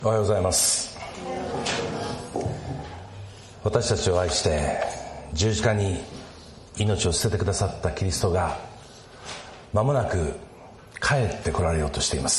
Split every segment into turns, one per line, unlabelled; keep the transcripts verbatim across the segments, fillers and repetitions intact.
おはようございます。私たちを愛して十字架に命を捨ててくださったキリストが間もなく帰ってこられようとしています。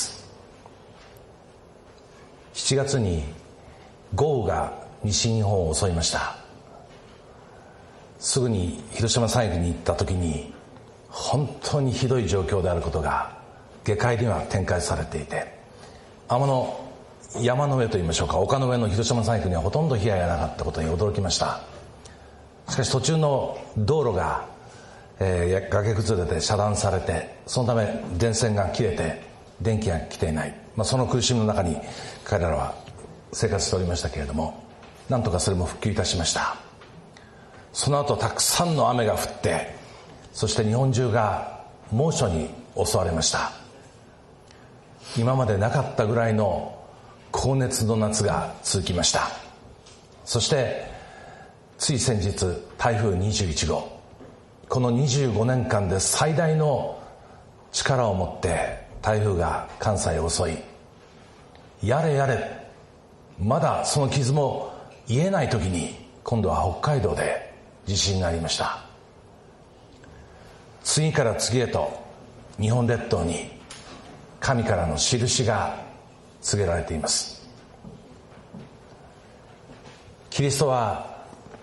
しちがつに豪雨が西日本を襲いました。すぐに広島山域に行った時に本当にひどい状況であることが下界には展開されていて、天の山の上といいましょうか、丘の上の広島山域にはほとんど被害がなかったことに驚きました。しかし途中の道路が、えー、崖崩れて遮断されて、そのため電線が切れて電気が来ていない、まあ、その苦しみの中に彼らは生活しておりましたけれども、なんとかそれも復旧いたしました。その後たくさんの雨が降って、そして日本中が猛暑に襲われました。今までなかったぐらいの高熱の夏が続きました。そしてつい先日台風にじゅういち号、このにじゅうごねんかんで最大の力を持って台風が関西を襲い、やれやれまだその傷も癒えない時に今度は北海道で地震がありました。次から次へと日本列島に神からの印が告げられています。キリストは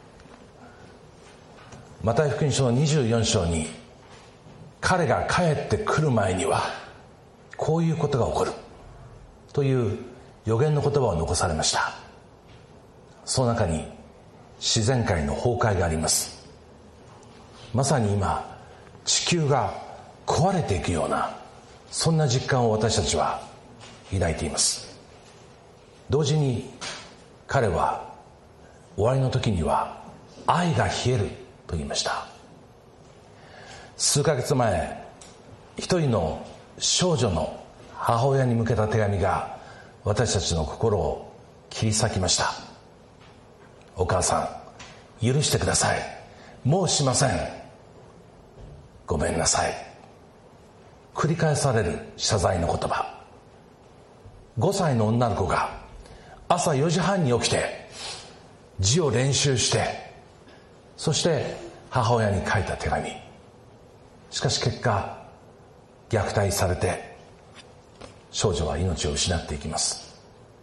マタイ福音書のにじゅうよん章に、彼が帰ってくる前にはこういうことが起こるという予言の言葉を残されました。その中に自然界の崩壊があります。まさに今地球が壊れていくような、そんな実感を私たちは抱いています。同時に彼は終わりの時には愛が冷えると言いました。数ヶ月前、一人の少女の母親に向けた手紙が私たちの心を切り裂きました。お母さん、許してください、もうしません、ごめんなさい、繰り返される謝罪の言葉。ごさいの女の子が朝よじはんに起きて字を練習して、そして母親に書いた手紙。しかし結果、虐待されて少女は命を失っていきます。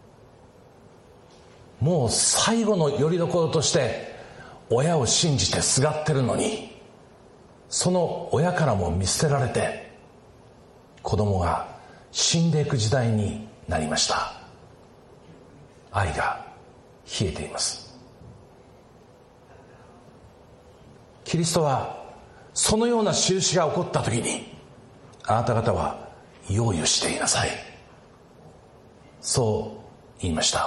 もう最後の拠り所として親を信じてすがってるのに、その親からも見捨てられて子供が死んでいく時代になりました。愛が冷えています。キリストはそのような印が起こった時に、あなた方は用意をしていなさい、そう言いました。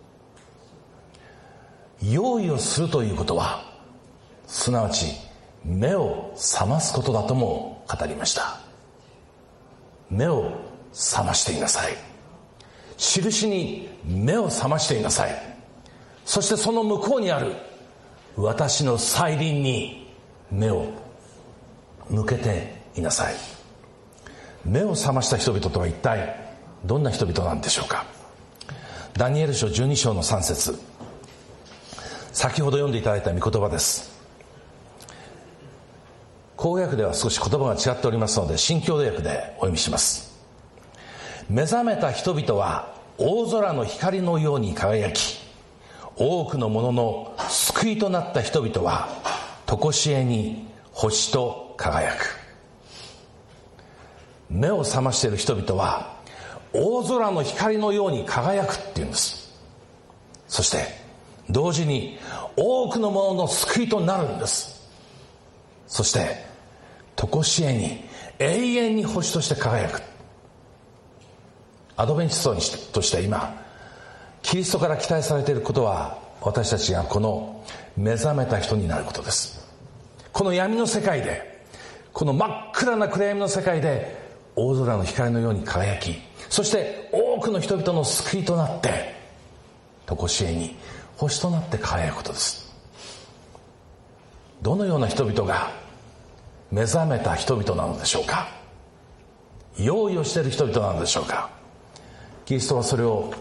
用意をするということは、すなわち目を覚ますことだとも語りました。目を覚ましていなさい、印に目を覚ましていなさい。そしてその向こうにある私の再臨に目を向けていなさい。目を覚ました人々とは一体どんな人々なんでしょうか。ダニエル書じゅうに章のさん節、先ほど読んでいただいた御言葉です。口語訳では少し言葉が違っておりますので、新共同訳でお読みします。目覚めた人々は大空の光のように輝き、多くのものの救いとなった人々は常しえに星と輝く。目を覚ましている人々は大空の光のように輝くっていうんです。そして同時に多くのものの救いとなるんです。そして常しえに永遠に星として輝く。アドベンチストにしとして今キリストから期待されていることは、私たちがこの目覚めた人になることです。この闇の世界で、この真っ暗な暗闇の世界で大空の光のように輝き、そして多くの人々の救いとなって常しえに星となって輝くことです。どのような人々が目覚めた人々なのでしょうか。用意をしている人々なのでしょうか。キリストはそれを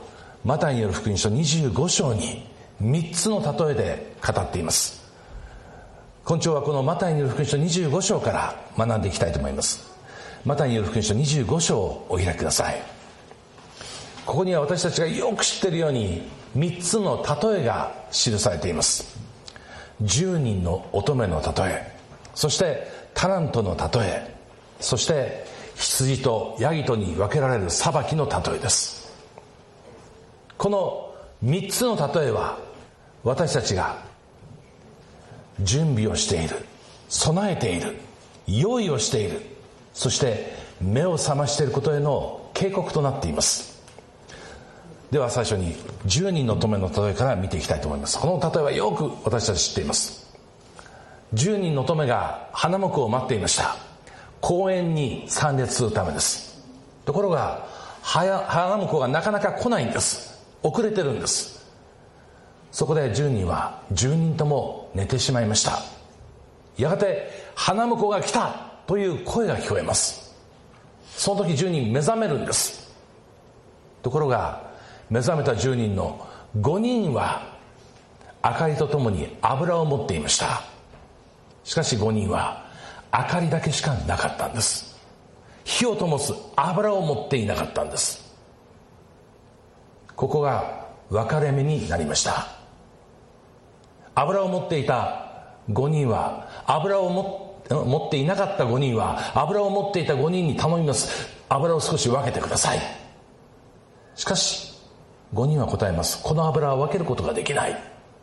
マタイによる福音書にじゅうご章にみっつの例えで語っています。今朝はこのマタイによる福音書にじゅうご章から学んでいきたいと思います。マタイによる福音書にじゅうご章をお開きください。ここには私たちがよく知っているようにみっつの例えが記されています。じゅうにんの乙女の例え、そしてタラントの例え、そして羊とヤギとに分けられる裁きの例えです。このみっつの例えは私たちが準備をしている、備えている、用意をしている、そして目を覚ましていることへの警告となっています。では最初にじゅうにんの乙女の例えから見ていきたいと思います。この例えはよく私たち知っています。じゅうにんの乙女が花婿を待っていました。公園に参列するためです。ところが花婿がなかなか来ないんです。遅れてるんです。そこでじゅうにんはじゅうにんとも寝てしまいました。やがて花婿が来たという声が聞こえます。その時じゅうにん目覚めるんです。ところが目覚めたじゅうにんのごにんは明かりとともに油を持っていました。しかしごにんは明かりだけしかなかったんです。火を灯す油を持っていなかったんです。ここが分かれ目になりました。油を持っていたごにんは油をも持っていなかったごにんは油を持っていたごにんに頼みます。油を少し分けてください。しかしごにんは答えます。この油は分けることができない。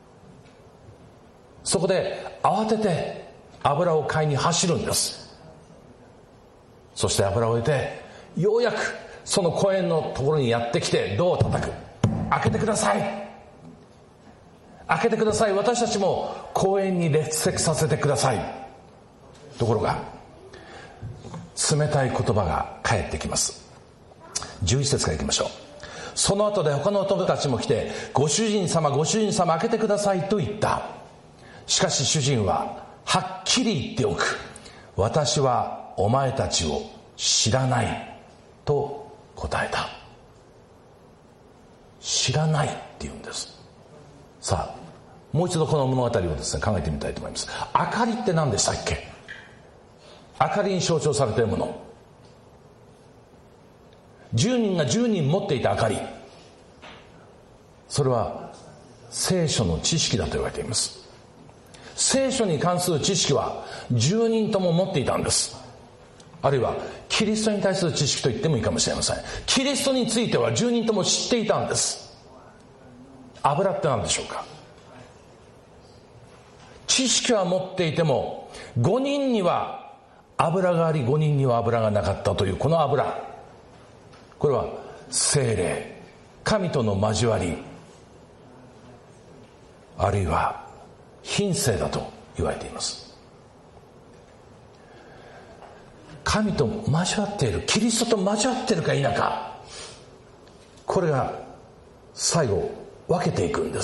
そこで慌てて油を買いに走るんです。そして油を得てようやくその公園のところにやってきてドアを叩く。開けてください、開けてください、私たちも公園に列席させてください。ところが冷たい言葉が返ってきます。じゅういち節からいきましょう。その後で他の男たちも来て、ご主人様ご主人様開けてくださいと言った。しかし主人ははっきり言っておく。私はお前たちを知らないと答えた。知らないって言うんです。さあもう一度この物語をですね考えてみたいと思います。明かりって何でしたっけ？明かりに象徴されているもの、じゅうにんがじゅうにん持っていた明かり、それは聖書の知識だと言われています。聖書に関する知識はじゅうにんとも持っていたんです。あるいはキリストに対する知識と言ってもいいかもしれません。キリストについてはじゅうにんとも知っていたんです。油って何でしょうか？知識は持っていてもごにんには油がありごにんには油がなかったというこの油、これは聖霊、神との交わり、あるいは品性だと言われています。神と交わっている、キリストと交わっているか否か、これが最後分けていくんです。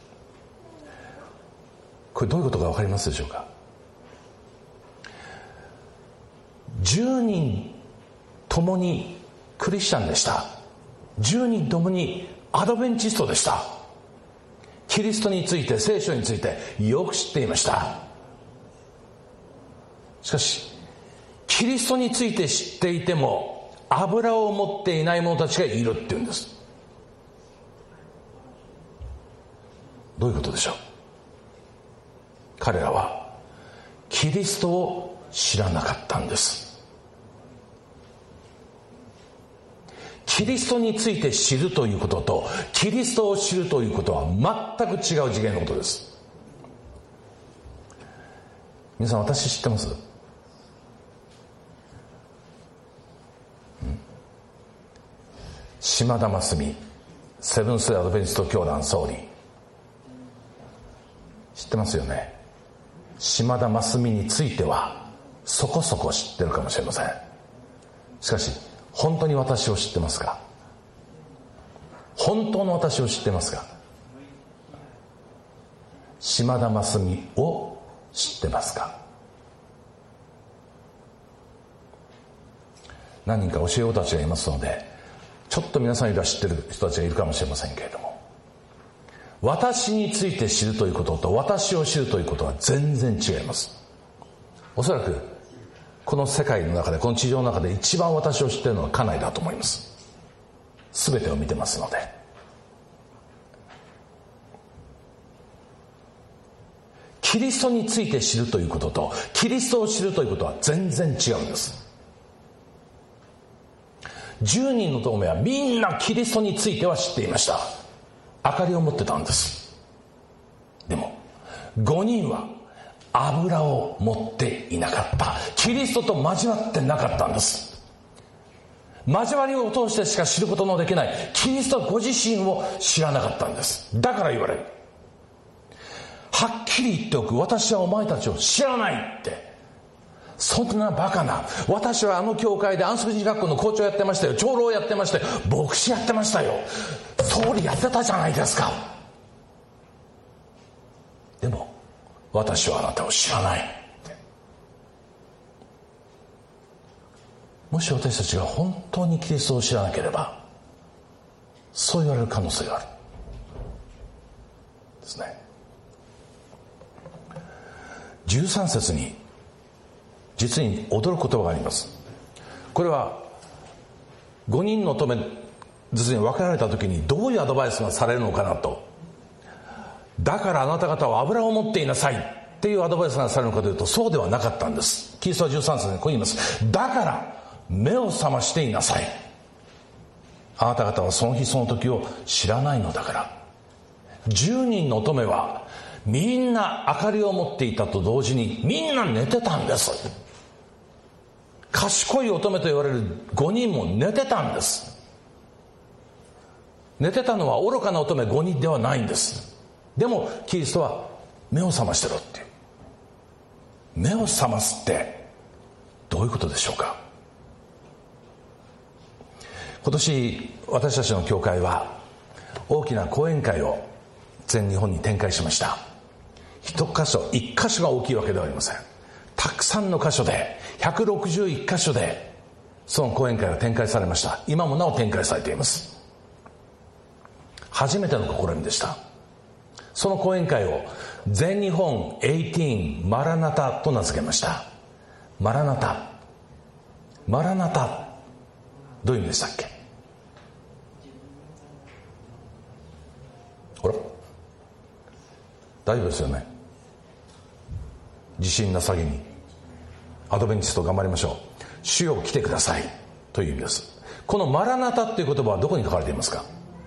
これどういうことか分かりますでしょうか？じゅうにんともにクリスチャンでした。じゅうにんともにアドベンチストでした。キリストについて、聖書についてよく知っていました。しかしキリストについて知っていても油を持っていない者たちがいるっていうんです。どういうことでしょう？彼らはキリストを知らなかったんです。キリストについて知るということとキリストを知るということは全く違う次元のことです。皆さん、私知ってます？島田真澄、セブンス・アドベンチスト教団総理、知ってますよね。島田真澄についてはそこそこ知ってるかもしれません。しかし本当に私を知ってますか？本当の私を知ってますか？島田真澄を知ってますか？何人か教え子たちがいますので、 ちょっと皆さんよりは知ってる人たちがいるかもしれませんけれども、私について知るということと私を知るということは全然違います。おそらくこの世界の中で、この地上の中で一番私を知っているのは家内だと思います。全てを見てますので。キリストについて知るということとキリストを知るということは全然違うんです。じゅうにんの友はみんなキリストについては知っていました。明かりを持ってたんです。でもごにんは油を持っていなかった。キリストと交わってなかったんです。交わりを通してしか知ることのできないキリストご自身を知らなかったんです。だから言われる。はっきり言っておく、私はお前たちを知らないって。そんなバカな。私はあの教会で安息日学校の校長やってましたよ、長老やってましたよ、牧師やってましたよ、総理やってたじゃないですか。でも私はあなたを知らないって。もし私たちが本当にキリストを知らなければそう言われる可能性があるですね。じゅうさん節に実に驚く言葉があります。これはごにんの乙女ずつに分けられた時にどういうアドバイスがされるのかなと。だからあなた方は油を持っていなさいっていうアドバイスがされるのかというと、そうではなかったんです。キリストはじゅうさん節にこう言います。だから目を覚ましていなさい。あなた方はその日その時を知らないのだから。じゅうにんの乙女はみんな明かりを持っていたと同時にみんな寝てたんです。賢い乙女と言われるごにんも寝てたんです。寝てたのは愚かな乙女ごにんではないんです。でもキリストは目を覚ましてろっていう。目を覚ますってどういうことでしょうか。今年私たちの教会は大きな講演会を全日本に展開しました。一箇所一箇所が大きいわけではありません。たくさんの箇所でひゃくろくじゅういち箇所でその講演会が展開されました。今もなお展開されています。初めての試みでした。その講演会を全日本じゅうはちマラナタと名付けました。マラナタマラナタどういう意味でしたっけ。ほら大丈夫ですよね。自信なさげにアドベンチスト頑張りましょう。主よ来てくださいという意味です。このマラナタという言葉はどこに書かれていますか。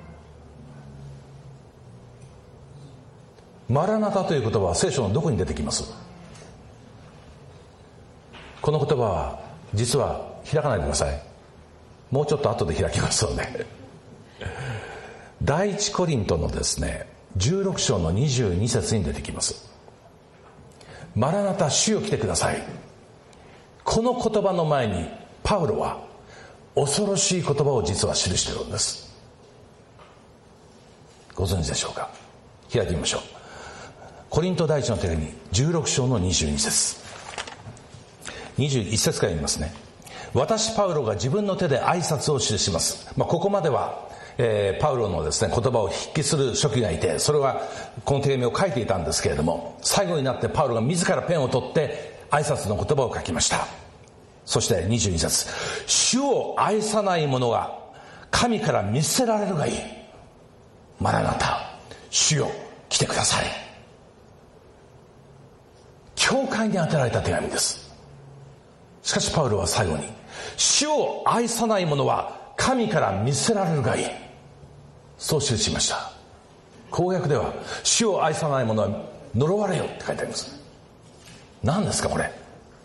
マラナタという言葉は聖書のどこに出てきます。この言葉は実は開かないでください。もうちょっと後で開きますので第一コリントのですねじゅうろく章のにじゅうに節に出てきます。マラナタ主よ来てください。この言葉の前にパウロは恐ろしい言葉を実は記しているんです。ご存知でしょうか。開いてみましょう。コリント第一の手紙じゅうろく章のにじゅうに節にじゅういち節から読みますね。私パウロが自分の手で挨拶を記します。まあ、ここまではえー、パウロのですね言葉を筆記する書記がいて、それはこの手紙を書いていたんですけれども、最後になってパウロが自らペンを取って挨拶の言葉を書きました。そしてにじゅうに節、主を愛さない者は神から見捨てられるがいい。マラナタ、主よ来てください。教会に宛てられた手紙です。しかしパウロは最後に、主を愛さない者は神から見捨てられるがいい、そう記しました。公約では主を愛さない者は呪われよって書いてあります。何ですかこれ。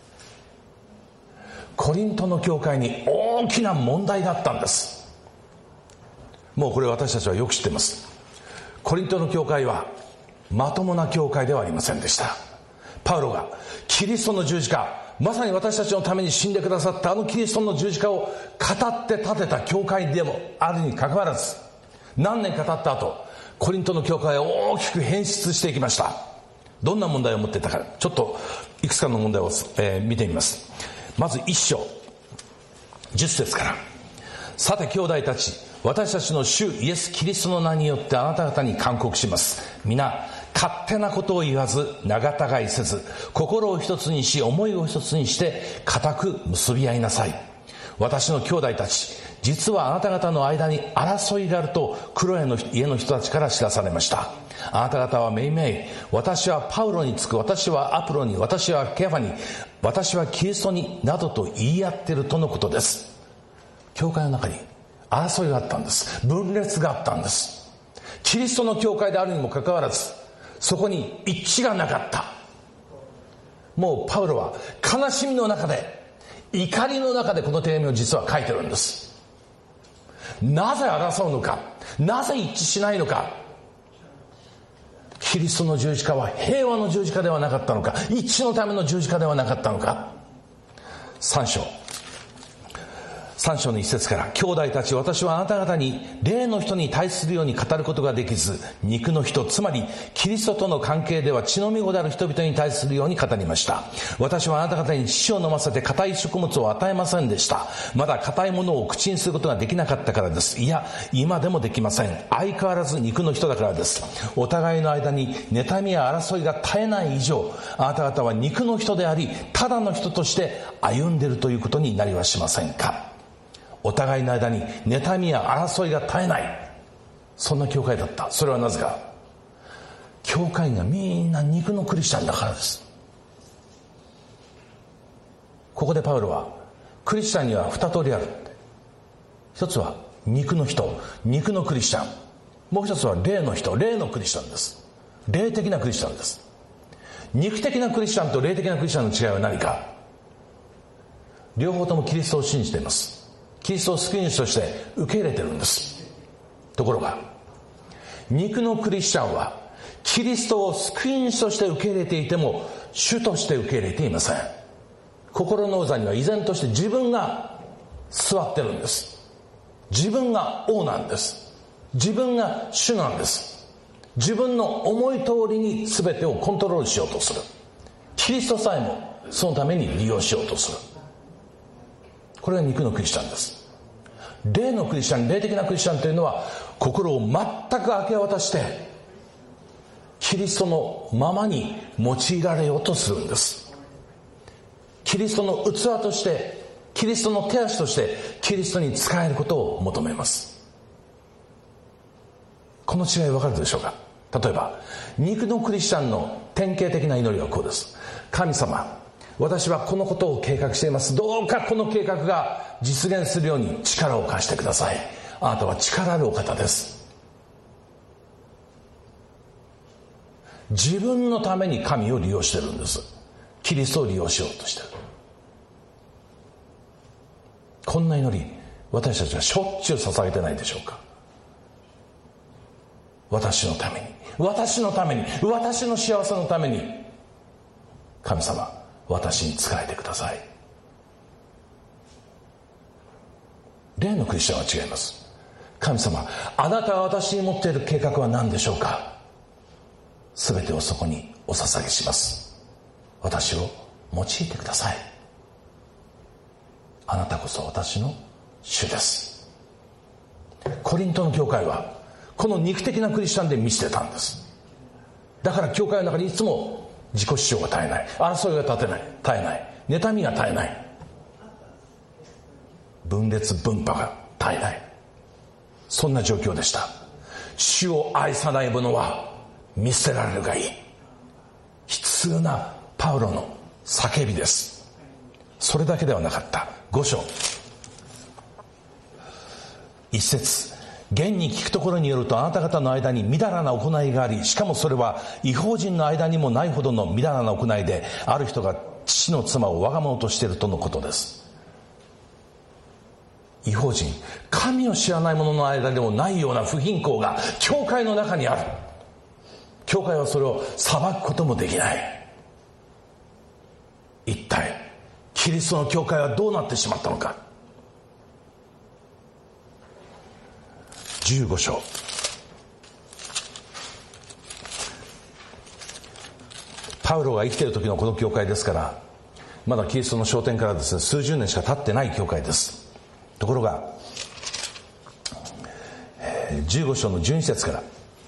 コリントの教会に大きな問題があったんです。もうこれ私たちはよく知っています。コリントの教会はまともな教会ではありませんでした。パウロがキリストの十字架、まさに私たちのために死んでくださったあのキリストの十字架を語って立てた教会でもあるにかかわらず、何年か経った後、コリントの教会は大きく変質していきました。どんな問題を持っていたか、ちょっといくつかの問題を、えー、見てみます。まず一章じゅっ節から、さて兄弟たち、 私たちの主イエス・キリストの名によってあなた方に勧告します。皆勝手なことを言わず、仲違いせず、心を一つにし、思いを一つにして固く結び合いなさい。私の兄弟たち、実はあなた方の間に争いがあるとクロエの家の人たちから知らされました。あなた方はめいめい、私はパウロにつく、私はアプロに、私はケファに、私はキリストになどと言い合っているとのことです。教会の中に争いがあったんです。分裂があったんです。キリストの教会であるにもかかわらず、そこに一致がなかった。もうパウロは悲しみの中で、怒りの中でこの手紙を実は書いてるんです。なぜ争うのか、なぜ一致しないのか。キリストの十字架は平和の十字架ではなかったのか、一致のための十字架ではなかったのか。三章三章の一節から、兄弟たち、私はあなた方に霊の人に対するように語ることができず、肉の人、つまりキリストとの関係では血のみ子である人々に対するように語りました。私はあなた方に血を飲ませて硬い食物を与えませんでした。まだ硬いものを口にすることができなかったからです。いや、今でもできません。相変わらず肉の人だからです。お互いの間に妬みや争いが絶えない以上、あなた方は肉の人であり、ただの人として歩んでいるということになりはしませんか。お互いの間に妬みや争いが絶えない、そんな教会だった。それはなぜか、教会がみんな肉のクリスチャンだからです。ここでパウロはクリスチャンには二通りある。一つは肉の人、肉のクリスチャン。もう一つは霊の人、霊のクリスチャンです。霊的なクリスチャンです。肉的なクリスチャンと霊的なクリスチャンの違いは何か。両方ともキリストを信じています。キリストを救い主として受け入れてるんです。ところが肉のクリスチャンはキリストを救い主として受け入れていても主として受け入れていません。心の座には依然として自分が座ってるんです。自分が王なんです。自分が主なんです。自分の思い通りに全てをコントロールしようとする。キリストさえもそのために利用しようとする。これが肉のクリスチャンです。霊のクリスチャン、霊的なクリスチャンというのは心を全く明け渡してキリストのままに用いられようとするんです。キリストの器として、キリストの手足としてキリストに仕えることを求めます。この違い分かるでしょうか。例えば肉のクリスチャンの典型的な祈りはこうです。神様、私はこのことを計画しています。どうかこの計画が実現するように力を貸してください。あなたは力あるお方です。自分のために神を利用しているんです。キリストを利用しようとしている。こんな祈り、私たちはしょっちゅう捧げてないでしょうか。私のために、私のために、私の幸せのために、神様、私に仕えてください。霊のクリスチャンは違います。神様、あなたが私に持っている計画は何でしょうか。すべてをそこにお捧げします。私を用いてください。あなたこそ私の主です。コリントの教会はこの肉的なクリスチャンで満ちてたんです。だから教会の中にいつも自己主張が絶えない、争いが絶てない、絶えない、妬みが絶えない、分裂分派が絶えない、そんな状況でした。主を愛さない者は見捨てられるがいい。悲痛なパウロの叫びです。それだけではなかった。ご章一節、現に聞くところによると、あなた方の間にみだらな行いがあり、しかもそれは異邦人の間にもないほどのみだらな行いで、ある人が父の妻を我が物としているとのことです。異邦人、神を知らない者の間でもないような不貧困が教会の中にある。教会はそれを裁くこともできない。一体キリストの教会はどうなってしまったのか。じゅうご章、パウロが生きている時のこの教会ですから、まだキリストの昇天からですね、数十年しか経ってない教会です。ところがじゅうご章のじゅうに節から、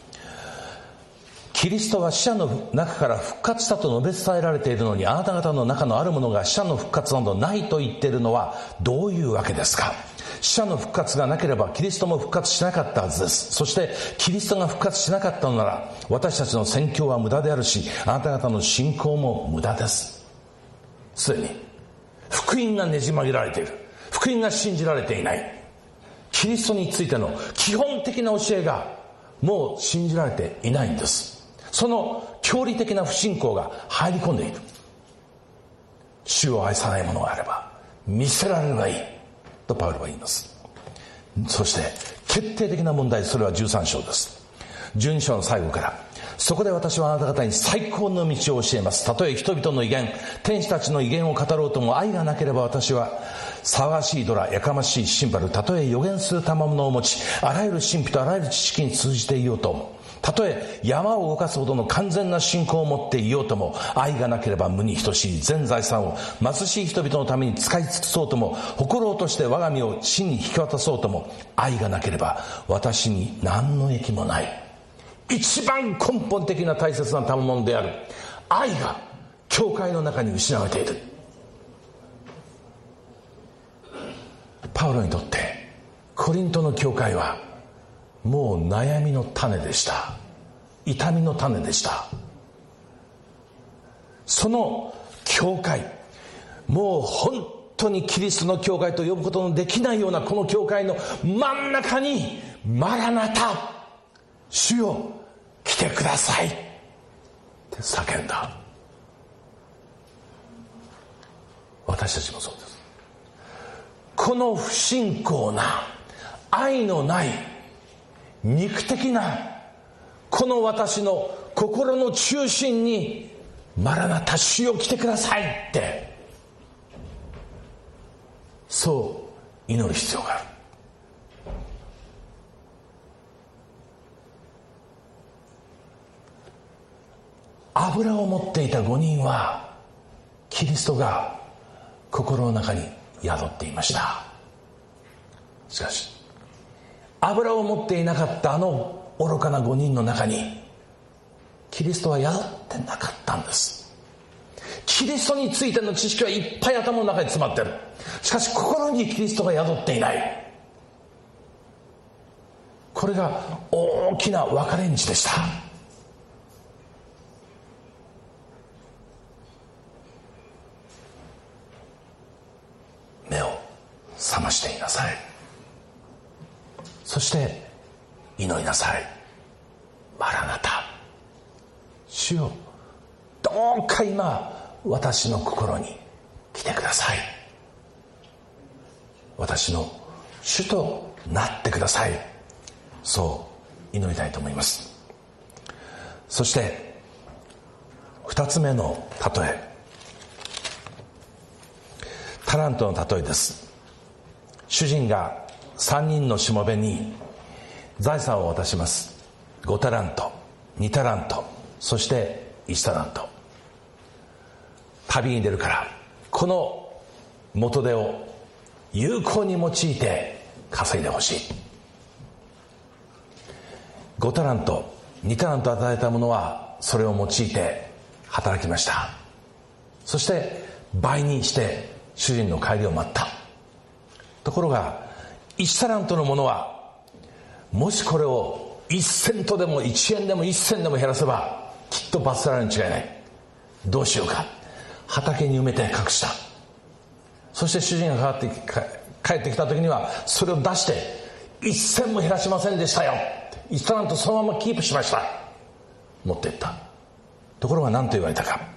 キリストは死者の中から復活したと述べ伝えられているのに、あなた方の中のある者が死者の復活などないと言っているのはどういうわけですか。死者の復活がなければキリストも復活しなかったはずです。そしてキリストが復活しなかったのなら、私たちの宣教は無駄であるし、あなた方の信仰も無駄です。すでに福音がねじ曲げられている。福音が信じられていない。キリストについての基本的な教えがもう信じられていないんです。その教理的な不信仰が入り込んでいる。主を愛さない者があれば見せられるがいいとパウロは言います。そして決定的な問題、それはじゅうさん章です。じゅうに章の最後から、そこで私はあなた方に最高の道を教えます。たとえ人々の威厳、天使たちの威厳を語ろうとも、愛がなければ私は騒がしいドラ、やかましいシンバル、たとえ予言する賜物を持ち、あらゆる神秘とあらゆる知識に通じていようとも、たとえ山を動かすほどの完全な信仰を持っていようとも、愛がなければ無に等しい全財産を貧しい人々のために使い尽くそうとも、誇ろうとして我が身を死に引き渡そうとも、愛がなければ私に何の益もない。一番根本的な大切な賜物である愛が教会の中に失われている。パウロにとってコリントの教会はもう悩みの種でした。痛みの種でした。その教会、もう本当にキリストの教会と呼ぶことのできないようなこの教会の真ん中に、マラナタ、主よ来てくださいって叫んだ。私たちもそうです。この不信仰な、愛のない肉的なこの私の心の中心に、マラナタ、主よ来てくださいって、そう祈る必要がある。油を持っていた五人はキリストが心の中に宿っていました。しかし油を持っていなかったあの愚かな五人の中にキリストは宿ってなかったんです。キリストについての知識はいっぱい頭の中に詰まってる。しかし心にキリストが宿っていない。これが大きな分かれ道でした。目を覚ましていなさい。そして祈りなさい。マラナタ、主よどうか今私の心に来てください。私の主となってください。そう祈りたいと思います。そして二つ目の例え、タラントの例えです。主人が三人のしもべに財産を渡します。五タラント、二タラント、そして一タラント。旅に出るからこの元手を有効に用いて稼いでほしい。五タラント、二タラント与えた者はそれを用いて働きました。そして倍にして主人の帰りを待った。ところが一タラントの者は、もしこれを一セントでも一円でも一銭でも減らせばきっと罰せられるに違いない。どうしようか、畑に埋めて隠した。そして主人が帰って帰ってきた時にはそれを出して、一銭も減らしませんでしたよ、一タラントそのままキープしました、持っていった。ところが何と言われたか、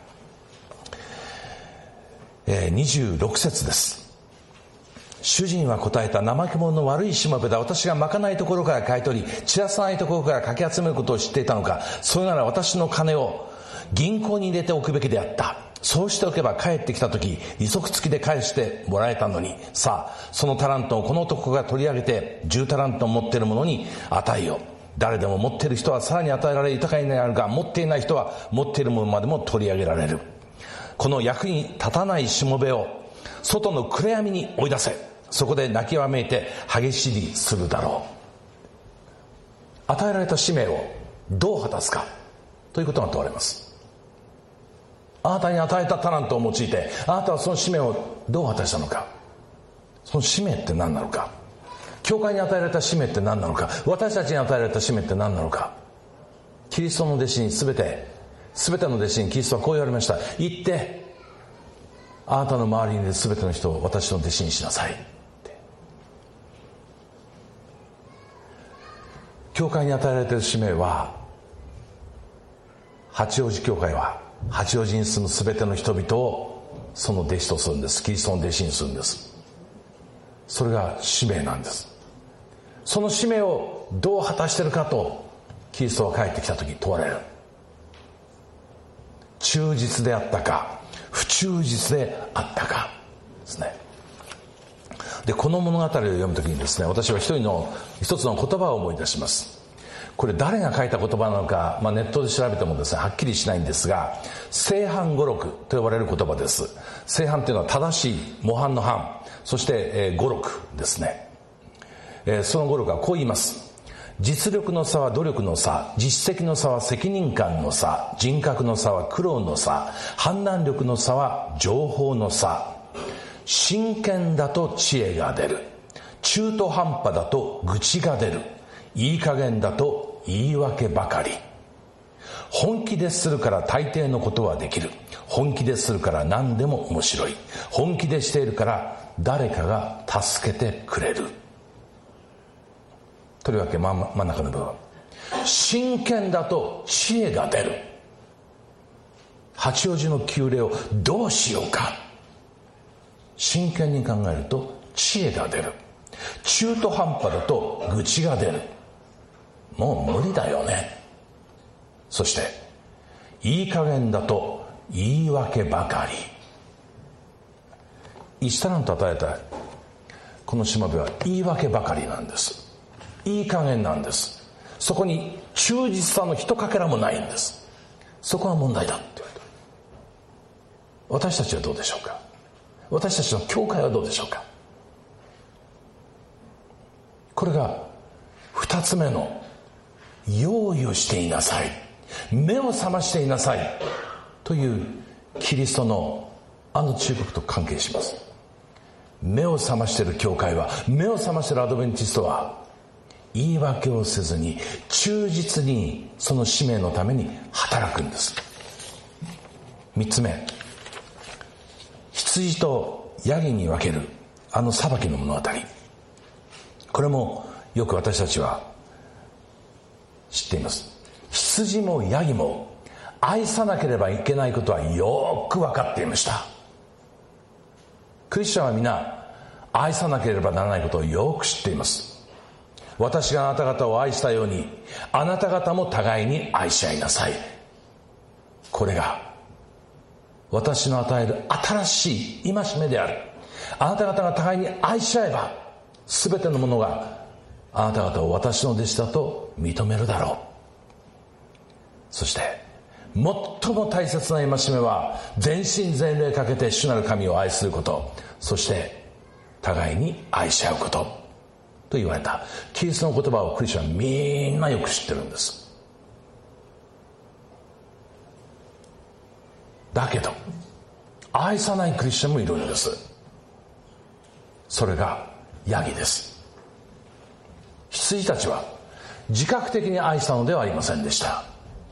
えー、にじゅうろく節です。主人は答えた。怠け者の悪いしもべだ。私がまかないところから買い取り、散らさないところからかき集めることを知っていたのか。それなら私の金を銀行に入れておくべきであった。そうしておけば帰ってきた時利息付きで返してもらえたのに。さあそのタラントをこの男が取り上げてじゅうタラントを持っている者に与えよう。誰でも持っている人はさらに与えられ豊かになるが、持っていない人は持っているものまでも取り上げられる。この役に立たないしもべを外の暗闇に追い出せ。そこで泣きわめいて歯ぎしりするだろう。 与えられた使命をどう果たすかということが問われます。あなたに与えたタラントを用いて、あなたはその使命をどう果たしたのか。その使命って何なのか。教会に与えられた使命って何なのか。私たちに与えられた使命って何なのか。キリストの弟子に全て全ての弟子にキリストはこう言われました。行ってあなたの周りにいる全ての人を私の弟子にしなさいって。教会に与えられている使命は、八王子教会は八王子に住む全ての人々をその弟子とするんです。キリストの弟子にするんです。それが使命なんです。その使命をどう果たしているかとキリストが帰ってきた時問われる。忠実であったか不忠実であったかですね。でこの物語を読むときにですね、私は一人の一つの言葉を思い出します。これ誰が書いた言葉なのか、まあ、ネットで調べてもですねはっきりしないんですが、正反語録と呼ばれる言葉です。正反というのは正しい、模範の範、そして、えー、語録ですね。えー、その語録はこう言います。実力の差は努力の差、実績の差は責任感の差、人格の差は苦労の差、判断力の差は情報の差、真剣だと知恵が出る、中途半端だと愚痴が出る、いい加減だと言い訳ばかり、本気でするから大抵のことはできる、本気でするから何でも面白い、本気でしているから誰かが助けてくれる。とりわけ真ん中の部分、真剣だと知恵が出る。八王子の旧礼をどうしようか。真剣に考えると知恵が出る。中途半端だと愚痴が出る。もう無理だよね。そしていい加減だと言い訳ばかり。一タラント与えたこのしもべは言い訳ばかりなんです。いい加減なんです。そこに忠実さのひとかけらもないんです。そこが問題だって言われた。私たちはどうでしょうか。私たちの教会はどうでしょうか。これが二つ目の用意をしていなさい、目を覚ましていなさいというキリストのあの忠告と関係します。目を覚ましている教会は、目を覚ましているアドベンチストは、言い訳をせずに忠実にその使命のために働くんです。三つ目、羊とヤギに分けるあの裁きの物語。これもよく私たちは知っています。羊もヤギも愛さなければいけないことはよく分かっていました。クリスチャンは皆愛さなければならないことをよく知っています。私があなた方を愛したようにあなた方も互いに愛し合いなさい。これが私の与える新しい戒めである。あなた方が互いに愛し合えば全てのものがあなた方を私の弟子だと認めるだろう。そして最も大切な戒めは全身全霊かけて主なる神を愛すること、そして互いに愛し合うことと言われた。キリストの言葉をクリスチャンはみんなよく知ってるんです。だけど愛さないクリスチャンもいるんです。それがヤギです。羊たちは自覚的に愛したのではありませんでした。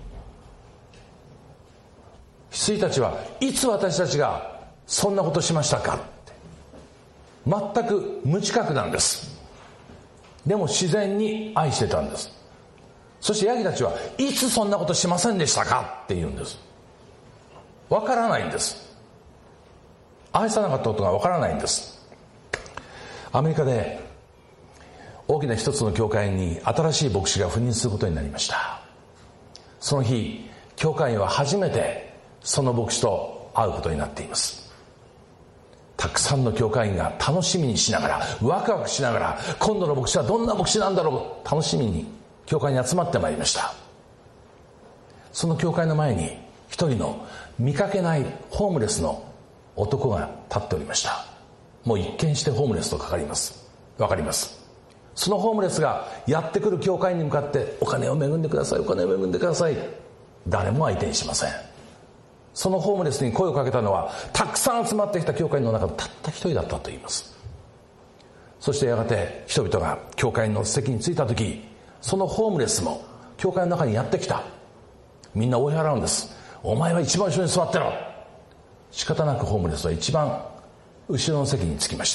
羊たちはいつ私たちがそんなことしましたかって、全く無自覚なんです。でも自然に愛してたんです。そしてヤギたちはいつそんなことしませんでしたかって言うんです。わからないんです。愛さなかったことがわからないんです。アメリカで大きな一つの教会に新しい牧師が赴任することになりました。その日教会員は初めてその牧師と会うことになっています。たくさんの教会員が楽しみにしながら、ワクワクしながら、今度の牧師はどんな牧師なんだろう、楽しみに教会に集まってまいりました。その教会の前に一人の見かけないホームレスの男が立っておりました。もう一見してホームレスとかかります。わかります。 そのホームレスがやってくる教会に向かって、お金を恵んでください、お金を恵んでください、誰も相手にしません。そのホームレスに声をかけたのは、たくさん集まってきた教会の中のたった一人だったと言います。そしてやがて人々が教会の席に着いた時、そのホームレスも教会の中にやってきた。みんな追い払うんです。お前は一番後ろに座ってろ。仕方なくホームレスは一番後ろの席に着きました。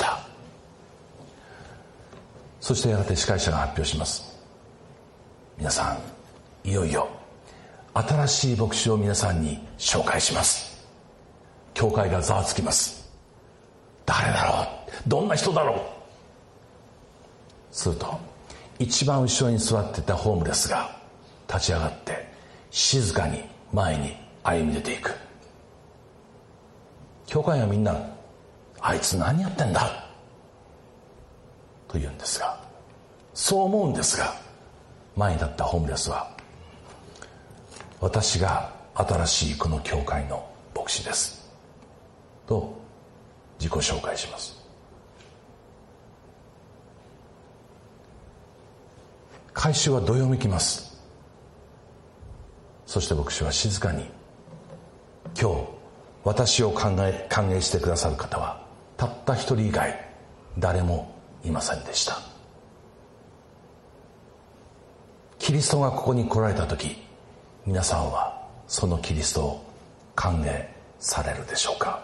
そしてやがて司会者が発表します。皆さん、いよいよ新しい牧師を皆さんに紹介します。教会がざわつきます。誰だろう、どんな人だろう。すると一番後ろに座ってたホームレスが立ち上がって静かに前に歩み出ていく。教会はみんな、あいつ何やってんだと言うんですが、そう思うんですが、前に立ったホームレスは、私が新しいこの教会の牧師ですと自己紹介します。会衆はどよめきます。そして牧師は静かに、今日私を歓迎、歓迎してくださる方はたった一人以外誰もいませんでした。キリストがここに来られた時、皆さんはそのキリストを歓迎されるでしょうか。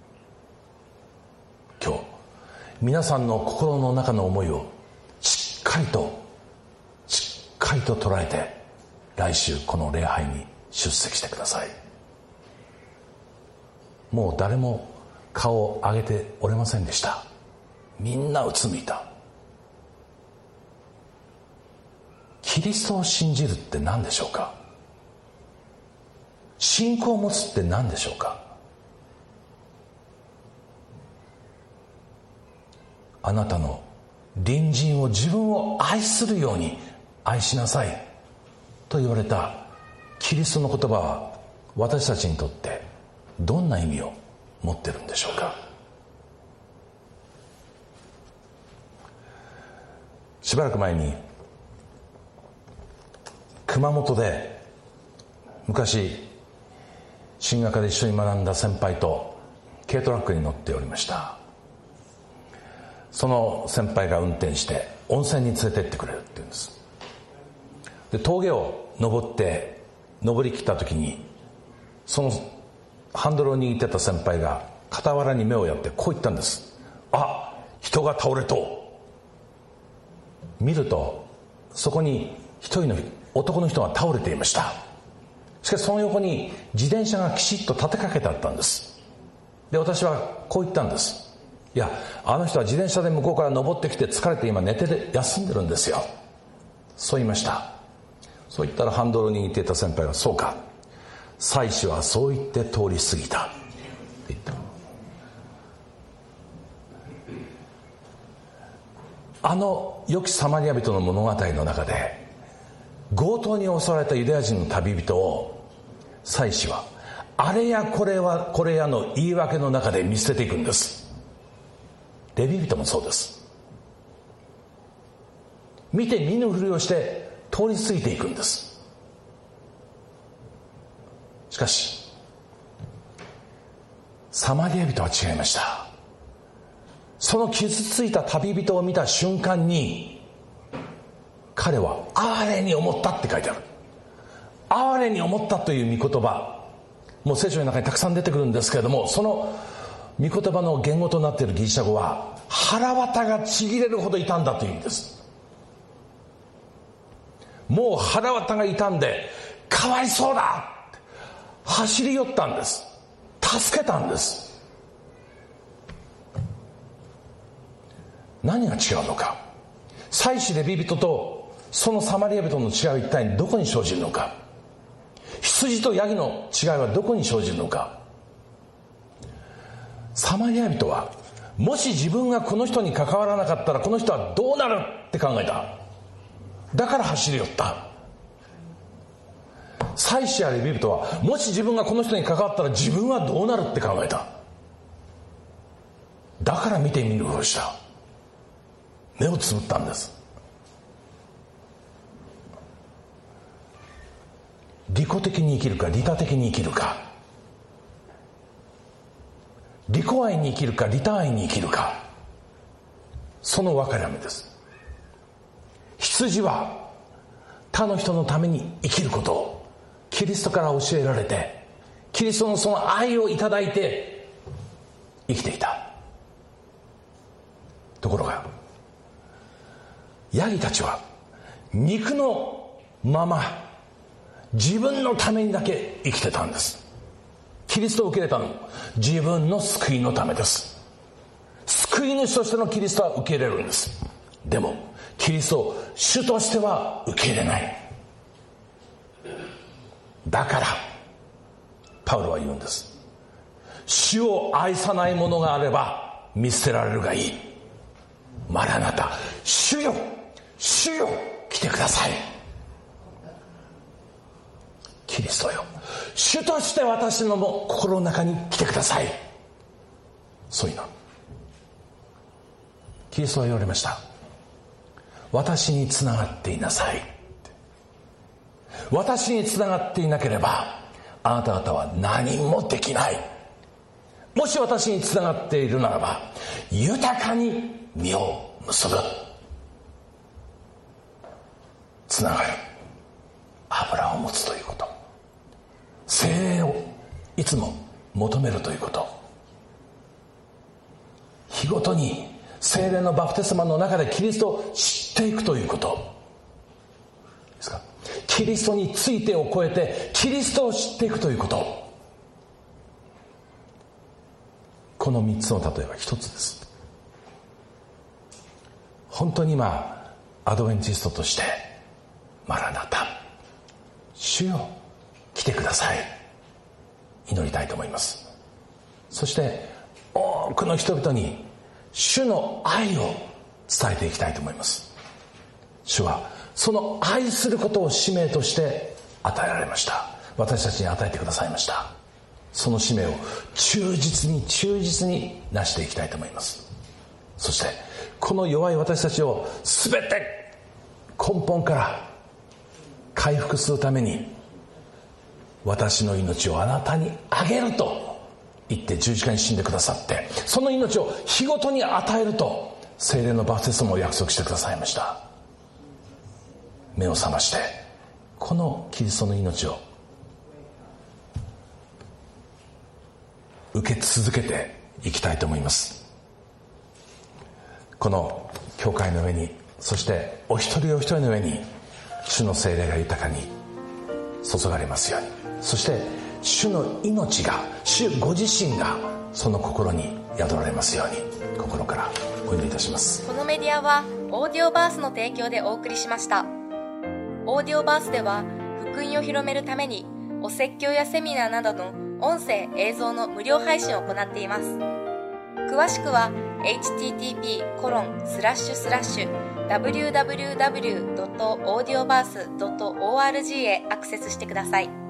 今日皆さんの心の中の思いをしっかりとしっかりと捉えて、来週この礼拝に出席してください。もう誰も顔を上げておれませんでした。みんなうつむいた。キリストを信じるって何でしょうか。信仰を持つって何でしょうか。あなたの隣人を自分を愛するように愛しなさいと言われたキリストの言葉は、私たちにとってどんな意味を持ってるんでしょうか。しばらく前に熊本で、昔進学で一緒に学んだ先輩と軽トラックに乗っておりました。その先輩が運転して温泉に連れてってくれるって言うんです。で、峠を登って登り切った時に、そのハンドルを握ってた先輩が傍らに目をやってこう言ったんです。あ、人が倒れと。見るとそこに一人の男の人が倒れていました。しかしその横に自転車がきちっと立てかけてあったんです。で、私はこう言ったんです。いや、あの人は自転車で向こうから登ってきて疲れて今寝てて休んでるんですよ。そう言いました。そう言ったらハンドルを握っていた先輩が、そうか、祭司はそう言って通り過ぎたって言った。あの良きサマリア人の物語の中で、強盗に襲われたユダヤ人の旅人を祭司はあれやこれはこれやの言い訳の中で見捨てていくんです。レビ人もそうです。見て見ぬふりをして通り過ぎていくんです。しかしサマリア人は違いました。その傷ついた旅人を見た瞬間に、彼は哀れに思ったって書いてある。哀れに思ったという御言葉、もう聖書の中にたくさん出てくるんですけれども、その御言葉の言語となっているギリシャ語は、腹渡がちぎれるほど傷んだという意味です。もう腹渡が傷んでかわいそうだって走り寄ったんです。助けたんです。何が違うのか。祭司レビ人とそのサマリア人の違いは一体どこに生じるのか。羊とヤギの違いはどこに生じるのか。サマリア人は、もし自分がこの人に関わらなかったらこの人はどうなるって考えた。だから走り寄った。祭司やレビ人は、もし自分がこの人に関わったら自分はどうなるって考えた。だから見て見ぬふりをした。目をつぶったんです。 利己的に生きるか利他的に生きるか、利己愛に生きるか利他愛に生きるか、その分かれ目です。羊は他の人のために生きることをキリストから教えられて、キリストのその愛をいただいて生きていた。ところがヤギたちは肉のまま自分のためにだけ生きてたんです。キリストを受け入れたのも自分の救いのためです。救い主としてのキリストは受け入れるんです。でもキリストを主としては受け入れない。だからパウロは言うんです。主を愛さない者があれば見捨てられるがいい。マラナタ、主よ主よ来てください。キリストよ、主として私の心の中に来てください。そういうのキリストは言われました。私につながっていなさい。私につながっていなければあなた方は何もできない。もし私につながっているならば豊かに実を結ぶ。つながる、油を持つということ、聖霊をいつも求めるということ、日ごとに聖霊のバプテスマの中でキリストを知っていくということですか。キリストについてを超えてキリストを知っていくということ、この三つの例えば一つです。本当に今アドベンチストとしてマラナタ、主よ来てください、祈りたいと思います。そして多くの人々に主の愛を伝えていきたいと思います。主はその愛することを使命として与えられました。私たちに与えてくださいました。その使命を忠実に忠実になしていきたいと思います。そしてこの弱い私たちを全て根本から回復するために、私の命をあなたにあげると言って十字架に死んでくださって、その命を日ごとに与えると聖霊のバプテスマを約束してくださいました。目を覚ましてこのキリストの命を受け続けていきたいと思います。この教会の上に、そしてお一人お一人の上に主の聖霊が豊かに注がれますように、そして主の命が、主ご自身がその心に宿られますように心からお祈りいたします。
このメディアはオーディオバースの提供でお送りしました。オーディオバースでは福音を広めるためにお説教やセミナーなどの音声映像の無料配信を行っています。詳しくは エイチティーティーピーコロンスラッシュスラッシュダブリューダブリューダブリュードットオーディオバースドットオーアールジー へアクセスしてください。